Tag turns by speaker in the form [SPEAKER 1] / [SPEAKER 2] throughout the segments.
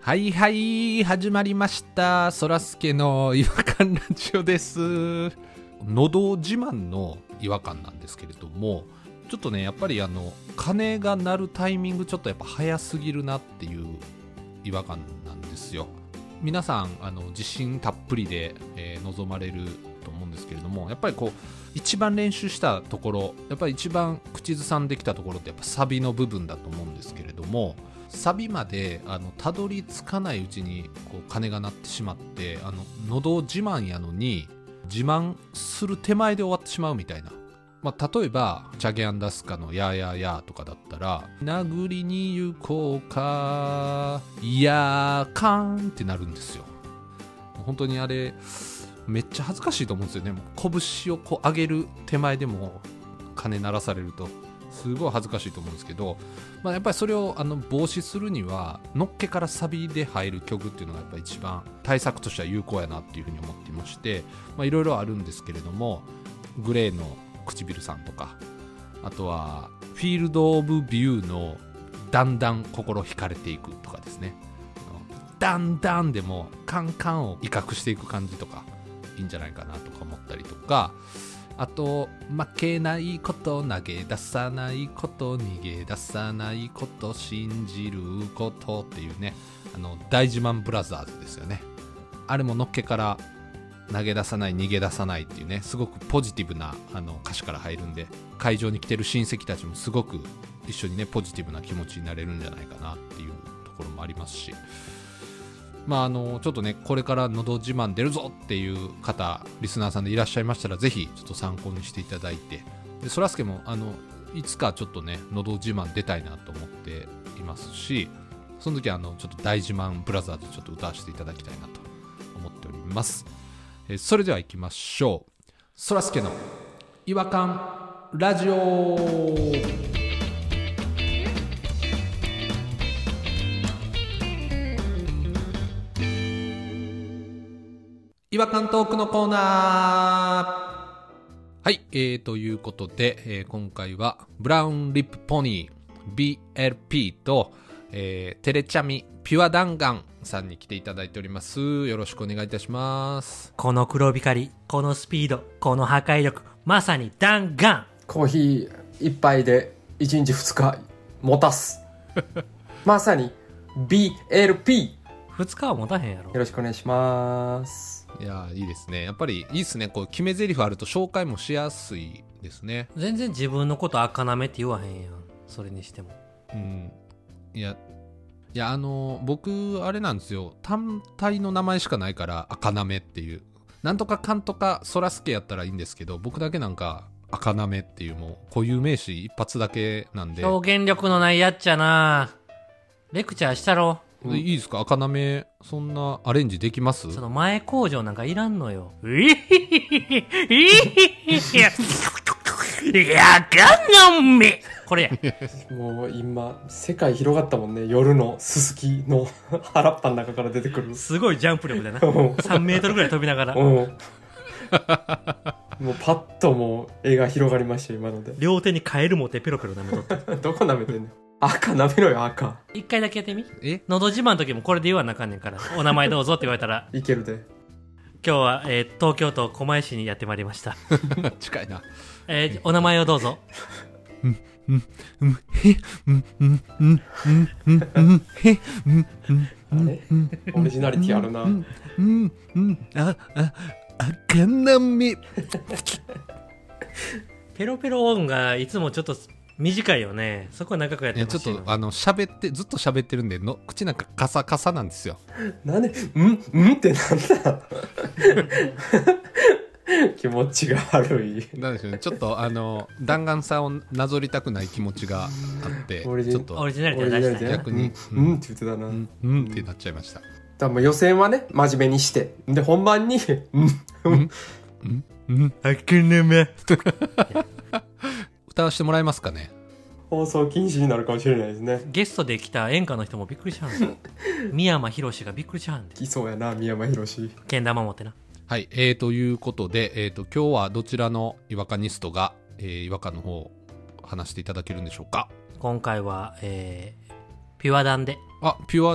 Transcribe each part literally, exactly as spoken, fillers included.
[SPEAKER 1] はいはい始まりました。そらすけの違和感ラジオです。喉自慢の違和感なんですけれども、ちょっとねやっぱりあの鐘が鳴るタイミングちょっとやっぱ早すぎるなっていう違和感なんですよ。皆さんあの自信たっぷりで、えー、臨まれると思うんですけれども、やっぱりこう一番練習したところ、やっぱり一番口ずさんできたところってやっぱサビの部分だと思うんですけれども、サビまであのたどり着かないうちにこう鐘が鳴ってしまって、あの喉自慢やのに自慢する手前で終わってしまうみたいな、まあ、例えばチャゲアンダスカのやーやーやーとかだったら殴りに行こうかいやーかーんってなるんですよ。本当にあれめっちゃ恥ずかしいと思うんですよね。もう拳をこう上げる手前でも鐘鳴らされるとすごい恥ずかしいと思うんですけど、まあ、やっぱりそれをあの防止するにはのっけからサビで入る曲っていうのがやっぱり一番対策としては有効やなっていうふうに思っていまして、いろいろあるんですけれども、グレーの唇さんとか、あとはフィールドオブビューのだんだん心惹かれていくとかですね、だんだんでもカンカンを威嚇していく感じとかいいんじゃないかなとか思ったりとか、あと負けないこと投げ出さないこと逃げ出さないこと信じることっていうね、あの大自慢ブラザーズですよね。あれものっけから投げ出さない逃げ出さないっていうね、すごくポジティブなあの歌詞から入るんで、会場に来てる親戚たちもすごく一緒にねポジティブな気持ちになれるんじゃないかなっていうところもありますし、まああのちょっとねこれからのど自慢出るぞっていう方リスナーさんでいらっしゃいましたら、ぜひちょっと参考にしていただいて、でそらすけもあのいつかちょっとねのど自慢出たいなと思っていますし、その時はあのちょっと大自慢ブラザーズちょっと歌わせていただきたいなと思っております。えそれでは行きましょう。そらすけの違和感ラジオ。違和感トークのコーナー。はい、えー、ということで、えー、今回はブラウンリップポニー ビーエルピー と、えー、テレチャミピュア弾丸さんに来ていただいております。よろしくお願いいたします。
[SPEAKER 2] この黒光り、このスピード、この破壊力、まさに弾丸。
[SPEAKER 3] コーヒー一杯でいちにちふつか持たすまさに ビーエルピー。
[SPEAKER 2] ふつかは持たへんやろ。
[SPEAKER 3] よろしくお願いします。
[SPEAKER 1] いやいいですね。やっぱりいいですね。こう決め台詞あると紹介もしやすいですね。
[SPEAKER 2] 全然自分のこと赤なめって言わへんやん。それにしても。
[SPEAKER 1] うん。いやいやあの僕あれなんですよ。単体の名前しかないから赤なめっていう。なんとかかんとかそらすけやったらいいんですけど、僕だけなんか赤なめっていうもう固有名詞一発だけなんで。
[SPEAKER 2] 表現力のないやっちゃな。レクチャーしたろ。
[SPEAKER 1] いいですか、赤なめそんなアレンジできます？
[SPEAKER 2] その前工場なんかいらんのよ。いや、赤なめこれや。
[SPEAKER 3] もう今世界広がったもんね。夜のすすきの原っぱの中から出てくる
[SPEAKER 2] すごいジャンプ力だな。さんメートルぐらい飛びながら。
[SPEAKER 3] うんもうパッともう絵が広がりました今ので。
[SPEAKER 2] 両手にカエル持ってペロペロ舐めとって
[SPEAKER 3] どこ舐めてんねん。赤舐めろよ赤。
[SPEAKER 2] 一回だけやってみ。
[SPEAKER 1] え
[SPEAKER 2] のど自慢の時もこれで言わなあかんねんから。お名前どうぞって言われたら
[SPEAKER 3] いけるで。
[SPEAKER 2] 今日は、えー、東京都狛江市にやってまいりました。
[SPEAKER 1] 近いな。
[SPEAKER 2] えー、お名前をどうぞ。
[SPEAKER 1] うんうんうんへうんうんうんうんうんへうんうん
[SPEAKER 3] あれオリジナリティあるな。
[SPEAKER 1] うんうんうんああ赤なめ。
[SPEAKER 2] ペロペロ音がいつもちょっと短いよね。そこは長くやってほしい。
[SPEAKER 1] いやちょっとあの喋ってずっと喋ってるんでの口なんかカサカサなんですよ。
[SPEAKER 3] なんでうんうんってなんだ気持ちが悪い。
[SPEAKER 1] なんでしょうね、ちょっとあの弾丸さをなぞりたくない気持ちがあって
[SPEAKER 3] オリジ
[SPEAKER 1] ちょっと
[SPEAKER 2] オリジナリティ出したい。
[SPEAKER 1] 逆に
[SPEAKER 3] うん、うんって言ってたな。
[SPEAKER 1] う
[SPEAKER 3] うんん、
[SPEAKER 1] うんってなっちゃいました。
[SPEAKER 3] だから予選はね真面目にしてで本番にうん
[SPEAKER 1] うんうんうん赤なめ歌わせてもらえますかね。
[SPEAKER 3] 放送禁止になるかもしれないですね。
[SPEAKER 2] ゲストで来た演歌の人もびっくりしちゃうんで三山ひろしがびっくりしちゃうんで。
[SPEAKER 3] 来そうやな三山ひろし。
[SPEAKER 2] けん玉持ってな。
[SPEAKER 1] はい、えー、ということで、えー、と今日はどちらの違和感ニストが、えー、違和感の方を話していただけるんでしょうか。
[SPEAKER 2] 今回は、えー、ピュアダンで。
[SPEAKER 1] あ、ピュアダン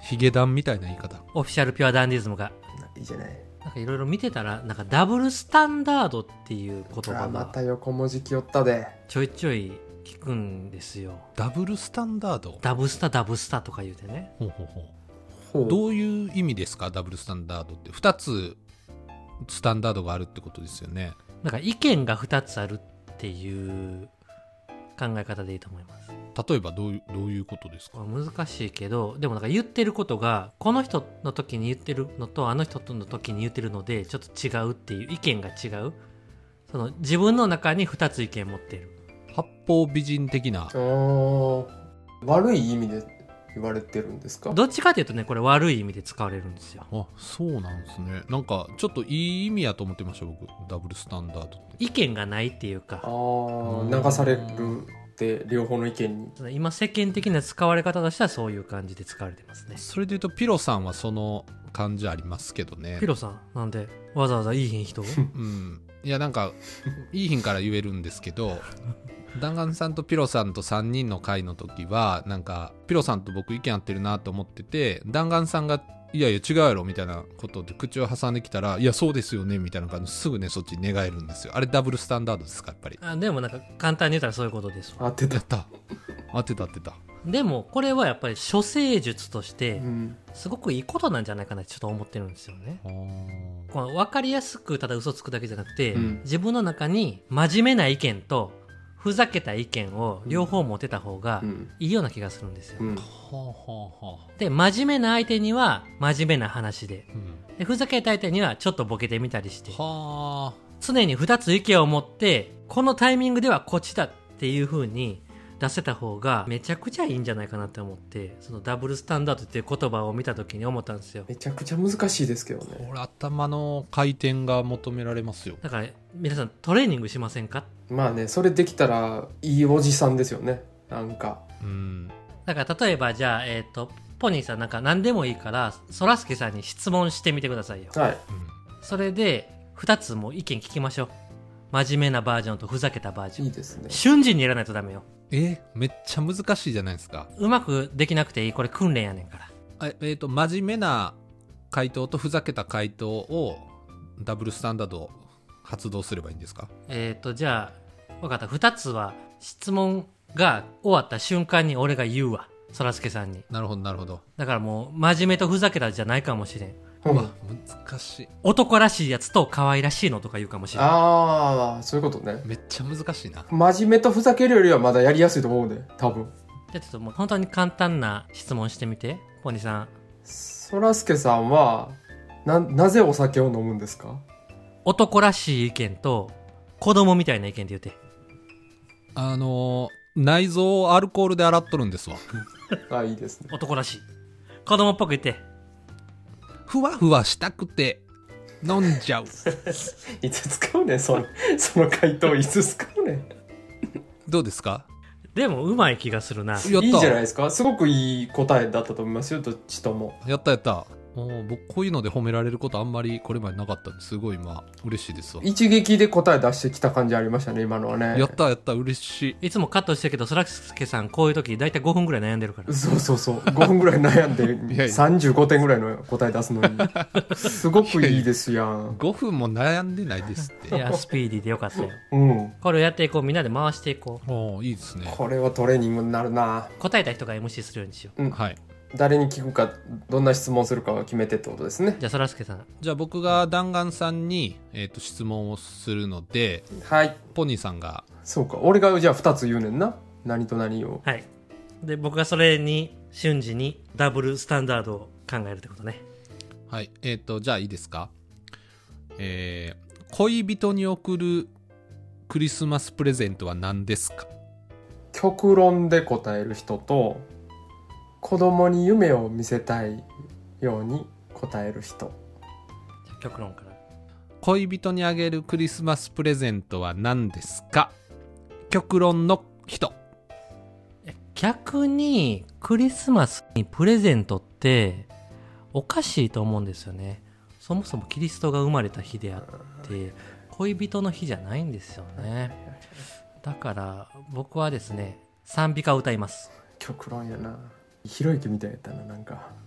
[SPEAKER 1] ヒゲダンみたいな言い方。
[SPEAKER 2] オフィシャルピュアダンディズムが。
[SPEAKER 3] いいじゃない。
[SPEAKER 2] なんかいろいろ見てたら、なんかダブルスタンダードっていう言葉
[SPEAKER 3] あま
[SPEAKER 2] が
[SPEAKER 3] た横文字きよったで。
[SPEAKER 2] ちょいちょい聞くんですよ。
[SPEAKER 1] ダブルスタンダード。
[SPEAKER 2] ダブスタダブスタとか言うてね。
[SPEAKER 1] ほうほうほう。
[SPEAKER 3] ほう
[SPEAKER 1] どういう意味ですか、ダブルスタンダードって。ふたつスタンダードがあるってことですよね。
[SPEAKER 2] なんか意見がふたつあるっていう考え方でいいと思います。
[SPEAKER 1] 例えばどういうどういうことですか。
[SPEAKER 2] 難しいけど、でもなんか言ってることがこの人の時に言ってるのとあの人の時に言ってるのでちょっと違うっていう、意見が違う、その自分の中にふたつ意見持ってる。
[SPEAKER 1] 八方美人的な。
[SPEAKER 3] あー悪い意味で言われてるんですか。
[SPEAKER 2] どっちかというとね、これ悪い意味で使われるんですよ。
[SPEAKER 1] あ、そうなんですね。なんかちょっといい意味やと思ってました僕、ダブルスタンダードって。
[SPEAKER 2] 意見がないっていうか、
[SPEAKER 3] あー流されるって両方の意見に。
[SPEAKER 2] その今世間的な使われ方としてはそういう感じで使われてますね。
[SPEAKER 1] それで言うとピロさんはその感じありますけどね。
[SPEAKER 2] ピロさんなんでわざわざいいひん人
[SPEAKER 1] うん、いやなんかいい品から言えるんですけど弾丸さんとピロさんとさんにんの会の時はなんかピロさんと僕意見合ってるなと思ってて、弾丸さんがいやいや違うやろみたいなことで口を挟んできたら、いやそうですよねみたいな感じですぐねそっちに寝返るんですよ。あれダブルスタンダードですかやっぱり。
[SPEAKER 2] あでもなんか簡単に言ったらそういうことです。
[SPEAKER 3] 当てた
[SPEAKER 1] やっ。た当てた当てた。
[SPEAKER 2] でもこれはやっぱり処世術として
[SPEAKER 3] うん
[SPEAKER 2] すごくいいことなんじゃないかなってちょっと思ってるんですよね。
[SPEAKER 1] あー
[SPEAKER 2] この分かりやすくただ嘘つくだけじゃなくて、
[SPEAKER 3] うん
[SPEAKER 2] 自分の中に真面目な意見とふざけた意見を両方持てた方が
[SPEAKER 3] うん
[SPEAKER 2] いいような気がするんですよ。
[SPEAKER 3] うん
[SPEAKER 1] はあはあはあ。
[SPEAKER 2] で真面目な相手には真面目な話で、
[SPEAKER 1] うん、
[SPEAKER 2] でふざけた相手にはちょっとボケてみたりして、
[SPEAKER 1] はあ。
[SPEAKER 2] 常にふたつ意見を持ってこのタイミングではこっちだっていう風に出せた方がめちゃくちゃいいんじゃないかなって思って、そのダブルスタンダードっていう言葉を見た時に思ったんですよ。
[SPEAKER 3] めちゃくちゃ難しいですけどね。
[SPEAKER 1] これ頭の回転が求められますよ。
[SPEAKER 2] だから皆さんトレーニングしませんか？
[SPEAKER 3] まあね、それできたらいいおじさんですよね。なんか
[SPEAKER 1] うん
[SPEAKER 2] だから例えばじゃあ、えっ、とポニーさんなんか何でもいいからそらすけさんに質問してみてくださいよ。
[SPEAKER 3] はい
[SPEAKER 2] それでふたつも意見聞きましょう。真面目なバージョンとふざけたバージョン。
[SPEAKER 3] いいですね。
[SPEAKER 2] 瞬時にやらないとダメよ。
[SPEAKER 1] えめっちゃ難しいじゃないですか。
[SPEAKER 2] うまくできなくていい、これ訓練やねんから。
[SPEAKER 1] あえーと真面目な回答とふざけた回答をダブルスタンダード発動すればいいんですか。
[SPEAKER 2] えっ、とじゃあ分かった、ふたつは質問が終わった瞬間に俺が言うわ、そらすけさんに。
[SPEAKER 1] なるほどなるほど。
[SPEAKER 2] だからもう真面目とふざけたじゃないかもしれん。
[SPEAKER 3] うん
[SPEAKER 1] うわ難しい。
[SPEAKER 2] 男らしいやつと可愛らしいのとか言うかもしれん。
[SPEAKER 3] ああ、そういうことね。
[SPEAKER 1] めっちゃ難しいな。
[SPEAKER 3] 真面目とふざけるよりはまだやりやすいと思うで、多分。
[SPEAKER 2] じゃあちょっともう本当に簡単な質問してみて、ポニーさん。
[SPEAKER 3] そらすけさんはななぜお酒を飲むんですか。
[SPEAKER 2] 男らしい意見と子供みたいな意見で言うて。
[SPEAKER 1] あのー内臓をアルコールで洗っとるんですわ。
[SPEAKER 3] あ、いいですね。
[SPEAKER 2] 男らしい。子供っぽく言って。
[SPEAKER 1] ふわふわしたくて飲んじゃう。
[SPEAKER 3] いつ使うねん、そのその回答いつ使うねん。
[SPEAKER 1] どうですか。
[SPEAKER 2] でもうまい気がするな。
[SPEAKER 1] やった
[SPEAKER 3] いいんじゃないですか。すごくいい答えだったと思いますよ、どっちとも。
[SPEAKER 1] やったやった。もう僕こういうので褒められることあんまりこれまでなかったんですごい今嬉しいですわ。
[SPEAKER 3] 一撃で答え出してきた感じありましたね、今のはね。
[SPEAKER 1] やったやった嬉しい。
[SPEAKER 2] いつもカットしてるけど、そらすけさんこういう時だいたいごふんぐらい悩んでるから。
[SPEAKER 3] そうそうそう。ごふんぐらい悩ん
[SPEAKER 1] いやいや
[SPEAKER 3] でさんじゅうごてんぐらいの答え出すのに。すごくいいですやん。
[SPEAKER 1] ごふんも悩んでないですっ
[SPEAKER 2] い
[SPEAKER 1] て。
[SPEAKER 2] や、スピーディーでよかったよ。
[SPEAKER 3] うん。
[SPEAKER 2] これをやっていこう。みんなで回していこう。
[SPEAKER 1] おーいいですね。
[SPEAKER 3] これはトレーニングになるな。
[SPEAKER 2] 答えた人が エムシー するようにしよう。
[SPEAKER 1] はい。
[SPEAKER 3] 誰に聞くか、どんな質問するかは決めてってことですね。
[SPEAKER 2] じゃあ、そらすけさん。
[SPEAKER 1] じゃあ僕が弾丸さんに、えー、と質問をするので
[SPEAKER 3] はい。
[SPEAKER 1] ポニーさんが
[SPEAKER 3] そうか。俺がじゃあふたつ言うねんな。何と何を。
[SPEAKER 2] はい。で、僕がそれに瞬時にダブルスタンダードを考えるってことね。
[SPEAKER 1] はいえっ、とじゃあいいですか。えー、恋人に贈るクリスマスプレゼントは何ですか。
[SPEAKER 3] 極論で答える人と、子供に夢を見せたいように答える人。
[SPEAKER 2] じゃあ極論から。
[SPEAKER 1] 恋人にあげるクリスマスプレゼントは何ですか。極論の人。
[SPEAKER 2] 逆にクリスマスにプレゼントっておかしいと思うんですよね。そもそもキリストが生まれた日であって恋人の日じゃないんですよね。だから僕はですね、賛美歌を歌います。
[SPEAKER 3] 極論やな。ひろゆきみたいやったな、なんか。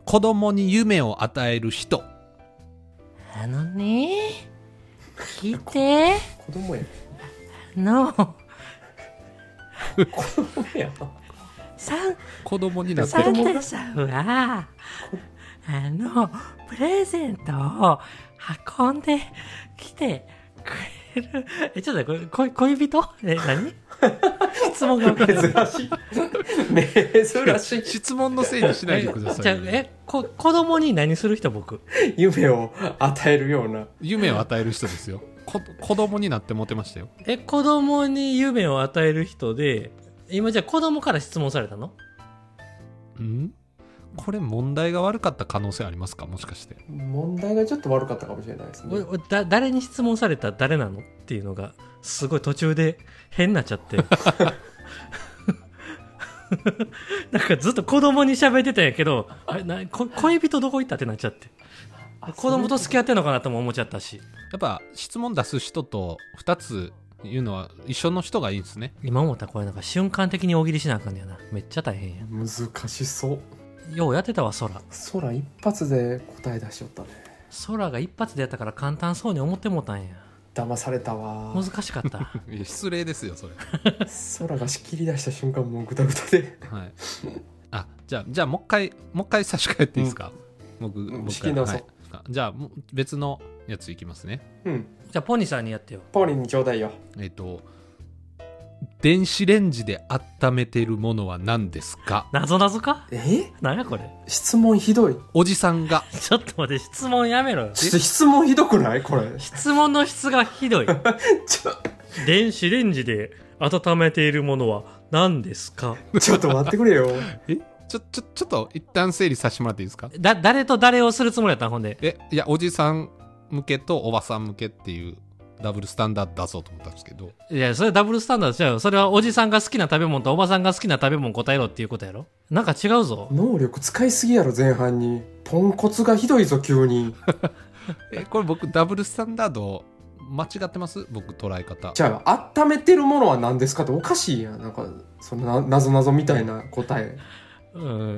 [SPEAKER 1] 子供に夢を与える人。
[SPEAKER 2] あのね、聞いて。
[SPEAKER 3] 子供や
[SPEAKER 2] あの、
[SPEAKER 3] 子供や
[SPEAKER 2] サン
[SPEAKER 1] 子供になって
[SPEAKER 2] サン
[SPEAKER 1] る。
[SPEAKER 2] タさんは、あの、プレゼントを運んできてくれる。え、ちょっと待って、これ恋恋人え、何質問が分かる。
[SPEAKER 3] 珍しい珍しい
[SPEAKER 1] 質問のせいにしないでくださ
[SPEAKER 2] じゃあ、
[SPEAKER 1] い、ね。
[SPEAKER 2] え、こ、子供に何する人僕。
[SPEAKER 3] 夢を与えるような
[SPEAKER 1] 夢を与える人ですよ。こ子供になってモテましたよ。
[SPEAKER 2] え、子供に夢を与える人で、今じゃあ子供から質問されたの？
[SPEAKER 1] んこれ問題が悪かった可能性ありますか、もしかして。
[SPEAKER 3] 問題がちょっと悪かったかもしれないですね。
[SPEAKER 2] おおだ誰に質問された誰なのっていうのがすごい途中で変になっちゃってなんかずっと子供に喋ってたんやけど、あれなこ恋人どこ行ったってなっちゃって、子供と付き合ってんのかなとも思っちゃったし。
[SPEAKER 1] やっぱ質問出す人とふたつ言うのは一緒の人がいいんですね。
[SPEAKER 2] 今思ったらこれなんか瞬間的に大喜利しなあかんねやな。めっちゃ大変や。
[SPEAKER 3] 難しそう。
[SPEAKER 2] ようやってたわ空。
[SPEAKER 3] 空一発で答え出しよったね。
[SPEAKER 2] 空が一発でやったから簡単そうに思ってもうたんや。
[SPEAKER 3] 騙されたわ。
[SPEAKER 2] 難しかった
[SPEAKER 1] いや失礼ですよそれ
[SPEAKER 3] 空が仕切り出した瞬間もうグタグタで
[SPEAKER 1] はいあじゃあじゃあもう一回もう一回差し替えていいですか、うん、僕もう一回、
[SPEAKER 3] 仕切り直そう、
[SPEAKER 1] はい、じゃあもう別のやついきますね。
[SPEAKER 3] うん
[SPEAKER 2] じゃあポニーさんにやってよ。
[SPEAKER 3] ポニーにちょうだいよ。
[SPEAKER 1] えっ、と電子レンジで温めてるものは何ですか。
[SPEAKER 2] なぞなぞか。
[SPEAKER 3] え
[SPEAKER 2] なんやこれ。
[SPEAKER 3] 質問ひどい。
[SPEAKER 1] おじさんが
[SPEAKER 2] ちょっと待って、質問やめろよ。
[SPEAKER 3] ちょっと質問ひどくないこれ。
[SPEAKER 2] 質問の質がひどい。
[SPEAKER 3] ちょ
[SPEAKER 2] 電子レンジで温めているものは何ですか。
[SPEAKER 3] ちょっと待ってくれよ。
[SPEAKER 1] えちょちょちょっと一旦整理させてもらっていいですか。
[SPEAKER 2] だ、誰と誰をするつもりやったんほんで。
[SPEAKER 1] えいやおじさん向けとおばさん向けっていうダブルスタンダード出そうと思ったんですけど。
[SPEAKER 2] いや、それダブルスタンダードちゃうよ。それはおじさんが好きな食べ物とおばさんが好きな食べ物答えろっていうことやろ。なんか違うぞ。
[SPEAKER 3] 能力使いすぎやろ前半に。ポンコツがひどいぞ急に。
[SPEAKER 1] えこれ僕ダブルスタンダード間違ってます。僕捉え方。
[SPEAKER 3] じゃあ温めてるものは何ですかっておかしいやん。なんかそのななぞなぞみたいな答え。
[SPEAKER 2] うん、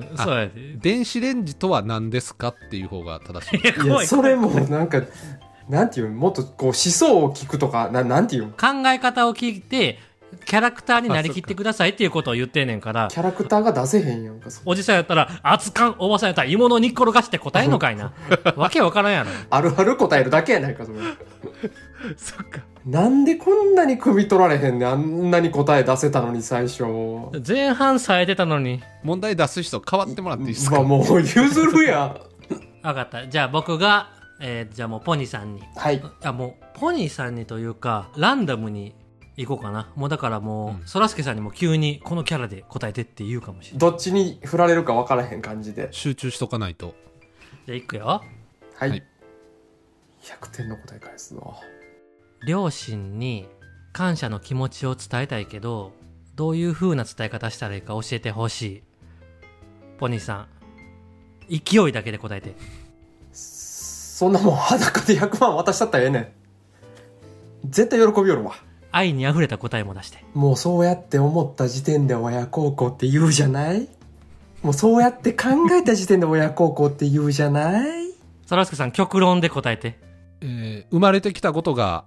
[SPEAKER 1] あ
[SPEAKER 2] そうやで。
[SPEAKER 1] 電子レンジとは何ですかっていう方が正しい。
[SPEAKER 2] いや
[SPEAKER 3] いやそれもなんかなんていうのもっとこう思想を聞くとかななんていうの
[SPEAKER 2] 考え方を聞いて、キャラクターになりきってくださいっていうことを言ってんねんから。
[SPEAKER 3] キャラクターが出せへんやんか。
[SPEAKER 2] おじさんやったら、熱燗、おばさんやったら、芋の煮っころがして答えんのかいな。わけわからんやろ。
[SPEAKER 3] あるある答えるだけやないかそれ。
[SPEAKER 1] そっか。
[SPEAKER 3] なんでこんなに汲み取られへんねん。あんなに答え出せたのに最初。
[SPEAKER 2] 前半冴えてたのに。
[SPEAKER 1] 問題出す人変わってもらっていいですか。
[SPEAKER 3] まあもう譲るやん。
[SPEAKER 2] わかった。じゃあ僕が、えー、じゃあもうポニーさんに。
[SPEAKER 3] はい。
[SPEAKER 2] あ、もう、ポニーさんにというか、ランダムに行こうかな。もうだからもう、
[SPEAKER 1] うん
[SPEAKER 2] そらすけさんにも急にこのキャラで答えてって言うかもしれない。
[SPEAKER 3] どっちに振られるか分からへん感じで。
[SPEAKER 1] 集中しとかないと。
[SPEAKER 2] じゃあ行くよ。
[SPEAKER 3] はい。
[SPEAKER 1] はい
[SPEAKER 3] ひゃくてんの答え返すぞ。
[SPEAKER 2] 両親に感謝の気持ちを伝えたいけど、どういう風な伝え方したらいいか教えてほしい。ポニーさん、勢いだけで答えて。
[SPEAKER 3] そんなもん裸でひゃくまん渡したったらええねん。絶対喜びよるわ。
[SPEAKER 2] 愛に溢れた答えも出して。
[SPEAKER 3] もうそうやって思った時点で親孝行って言うじゃない。もうそうやって考えた時点で親孝行って言うじゃない。
[SPEAKER 2] そらすけさん、極論で答えて。
[SPEAKER 1] えー生まれてきたことが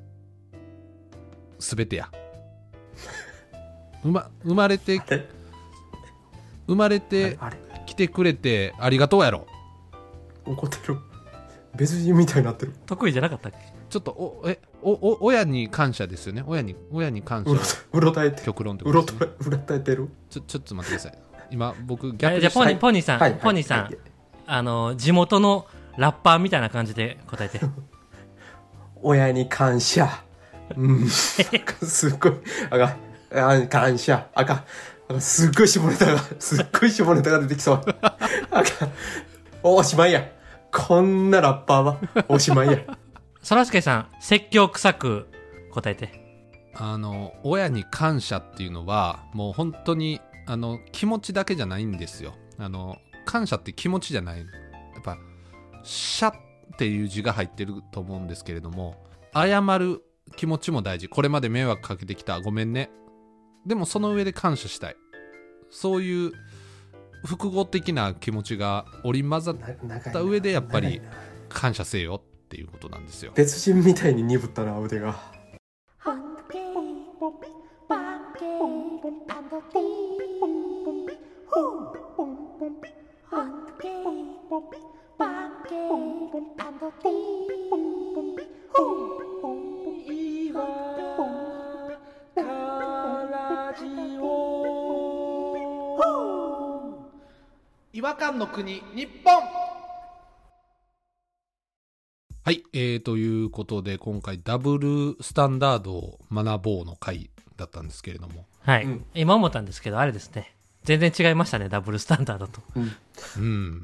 [SPEAKER 1] 全てや。うま生まれて
[SPEAKER 3] え
[SPEAKER 1] 生まれて
[SPEAKER 3] あれ
[SPEAKER 1] 来てくれてありがとうやろ。
[SPEAKER 3] 怒ってる。別人みたいになってる。
[SPEAKER 2] 得意じゃなかったっけ。
[SPEAKER 1] ちょっとおえおお親に感謝ですよね。親に親に感謝
[SPEAKER 3] うろうろたえて
[SPEAKER 1] 極論って
[SPEAKER 3] うろ
[SPEAKER 1] ことですね。
[SPEAKER 3] うろたえてる。
[SPEAKER 1] ちょちょっと待ってください。今僕逆に
[SPEAKER 2] えじゃあポニー、
[SPEAKER 3] はい
[SPEAKER 2] ポニーさん、
[SPEAKER 3] はいはい
[SPEAKER 2] ポニーさん、
[SPEAKER 3] はい
[SPEAKER 2] あの、地元のラッパーみたいな感じで答えて。
[SPEAKER 3] 親に感謝。うん。すっごい。あかん。あ感謝。あかん。あかんすっごい下ネタが、すっごい下ネタが出てきそう。あかん。おしまいや。こんなラッパーはおしまいや。
[SPEAKER 2] そらすけさん、説教臭く答えて。
[SPEAKER 1] あの親に感謝っていうのはもう本当にあの気持ちだけじゃないんですよ。あの感謝って気持ちじゃない。やっぱ謝っていう字が入ってると思うんですけれども、謝る気持ちも大事。これまで迷惑かけてきた、ごめんね。でもその上で感謝したい。そういう複合的な気持ちが織り交ざった上でやっぱり感謝せよっていうことなんですよ。
[SPEAKER 3] 別人みたいに鈍ったな腕が。
[SPEAKER 1] 違和感の国日本。はい、えー、ということで今回ダブルスタンダードを学ぼうの回だったんですけれども、
[SPEAKER 2] はい、
[SPEAKER 3] うん、
[SPEAKER 2] 今思ったんですけどあれですね、全然違いましたね、ダブルスタンダードと。
[SPEAKER 3] うん、
[SPEAKER 1] うん、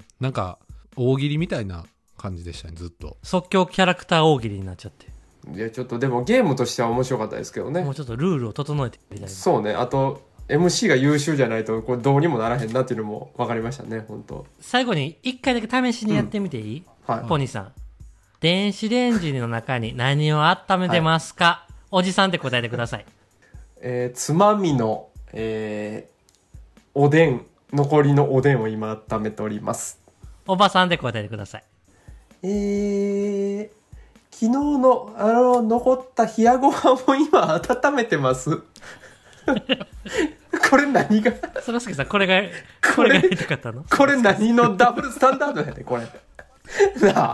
[SPEAKER 1] なんか大喜利みたいな感じでしたね。ずっと
[SPEAKER 2] 即興キャラクター大喜利になっちゃって。
[SPEAKER 3] いやちょっとでもゲームとしては面白かったですけどね。
[SPEAKER 2] もうちょっとルールを整えてみたいな。
[SPEAKER 3] そうね。あと エムシー が優秀じゃないとこれどうにもならへんなっていうのも分かりましたね。本当。
[SPEAKER 2] 最後に一回だけ試しにやってみていい、
[SPEAKER 3] うん、はい、
[SPEAKER 2] ポニーさん、電子レンジの中に何を温めてますか、はい、おじさんで答えてください。
[SPEAKER 3] えー、つまみの、えー、おでん、残りのおでんを今温めております。
[SPEAKER 2] おばさんで答えてください。
[SPEAKER 3] えー、昨日のあの残った冷やご飯を今温めてますこれ何が
[SPEAKER 2] そらすけさん、これがこれが言いたかったの？
[SPEAKER 3] これ何のダブルスタンダードやねこれなあ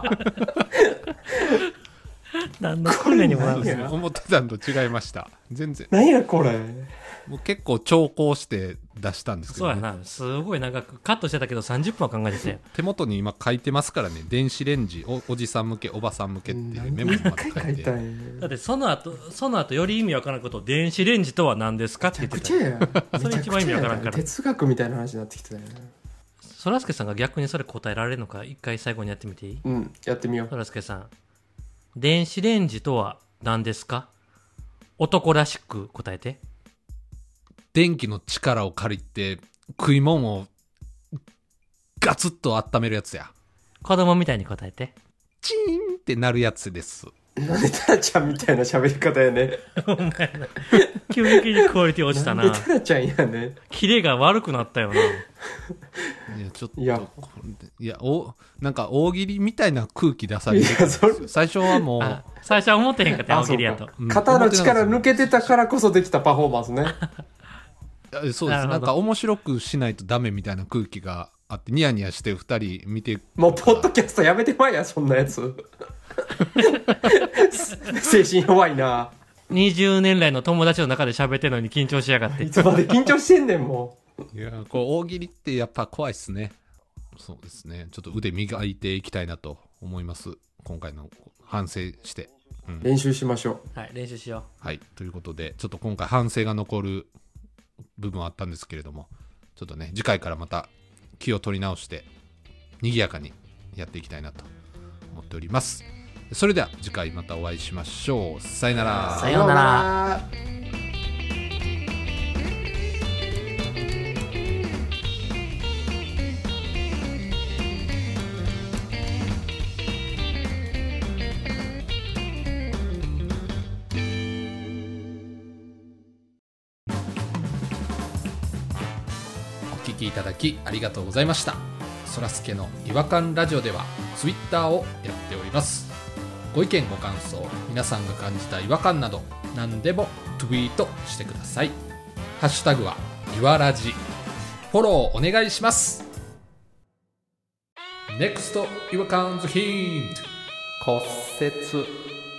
[SPEAKER 2] 何の訓練にもなるんですよ。
[SPEAKER 1] 思ってたのと違いました。全然
[SPEAKER 3] 何やこれ。
[SPEAKER 1] もう結構長考して出したんですけど、ね、
[SPEAKER 2] そうやな、すごい長くカットしてたけどさんじゅっぷんは考えてたよ。
[SPEAKER 1] 手元に今書いてますからね。電子レンジ お, おじさん向けおばさん向けっていうメモにまで書いて、
[SPEAKER 2] だってその後その後より意味わからんことを電子レンジとは何ですかって言ってた。
[SPEAKER 3] めちゃくちゃや
[SPEAKER 2] それ一番意味わからんから。
[SPEAKER 3] 哲学みたいな話になってきてたよね。
[SPEAKER 2] そらすけさんが逆にそれ答えられるのか一回最後にやってみていい？
[SPEAKER 3] うん、やってみよう。
[SPEAKER 2] そらすけさん、電子レンジとは何ですか？男らしく答えて。
[SPEAKER 1] 電気の力を借りて食い物をガツッと温めるやつや。
[SPEAKER 2] 子供みたいに答えて。
[SPEAKER 1] チーンってなるやつです。
[SPEAKER 3] なんでタラちゃんみたいな喋り方やね。
[SPEAKER 2] お前な、急激にクオリティ落ちたな。
[SPEAKER 3] なんでタラちゃんやね。
[SPEAKER 2] キレが悪くなったよな。
[SPEAKER 1] いやちょっと
[SPEAKER 3] いや
[SPEAKER 1] いやおなんか大喜利みたいな空気出されてたんですよ。最初はもう
[SPEAKER 2] 最初は思ってへんかった大喜利やと、
[SPEAKER 3] うん、肩の力抜けてたからこそできたパフォーマンスね。
[SPEAKER 1] そうです。なんか面白くしないとダメみたいな空気があってニヤニヤしてふたり見て、
[SPEAKER 3] もうポッドキャストやめてまいやそんなやつ精神弱いな。
[SPEAKER 2] にじゅうねん来の友達の中で喋ってるのに緊張しやがって。
[SPEAKER 3] いつまで緊張してんねんも
[SPEAKER 1] ういやこう大喜利ってやっぱ怖いっすね。そうですね。ちょっと腕磨いていきたいなと思います。今回の反省して、
[SPEAKER 3] うん、練習しましょ
[SPEAKER 2] う。はい、練習しよ
[SPEAKER 1] う。はいということでちょっと今回反省が残る部分はあったんですけれども、ちょっとね次回からまた気を取り直して賑やかにやっていきたいなと思っております。それでは次回またお会いしましょう。さよなら。
[SPEAKER 2] さようなら。
[SPEAKER 1] お聞きいただきありがとうございました。そらすけの違和感ラジオではツイッターをやっております。ご意見ご感想、皆さんが感じた違和感など何でもツイートしてください。ハッシュタグはいわらじ。フォローお願いします。 ネクスト 違和感ズヒント。
[SPEAKER 3] 骨折。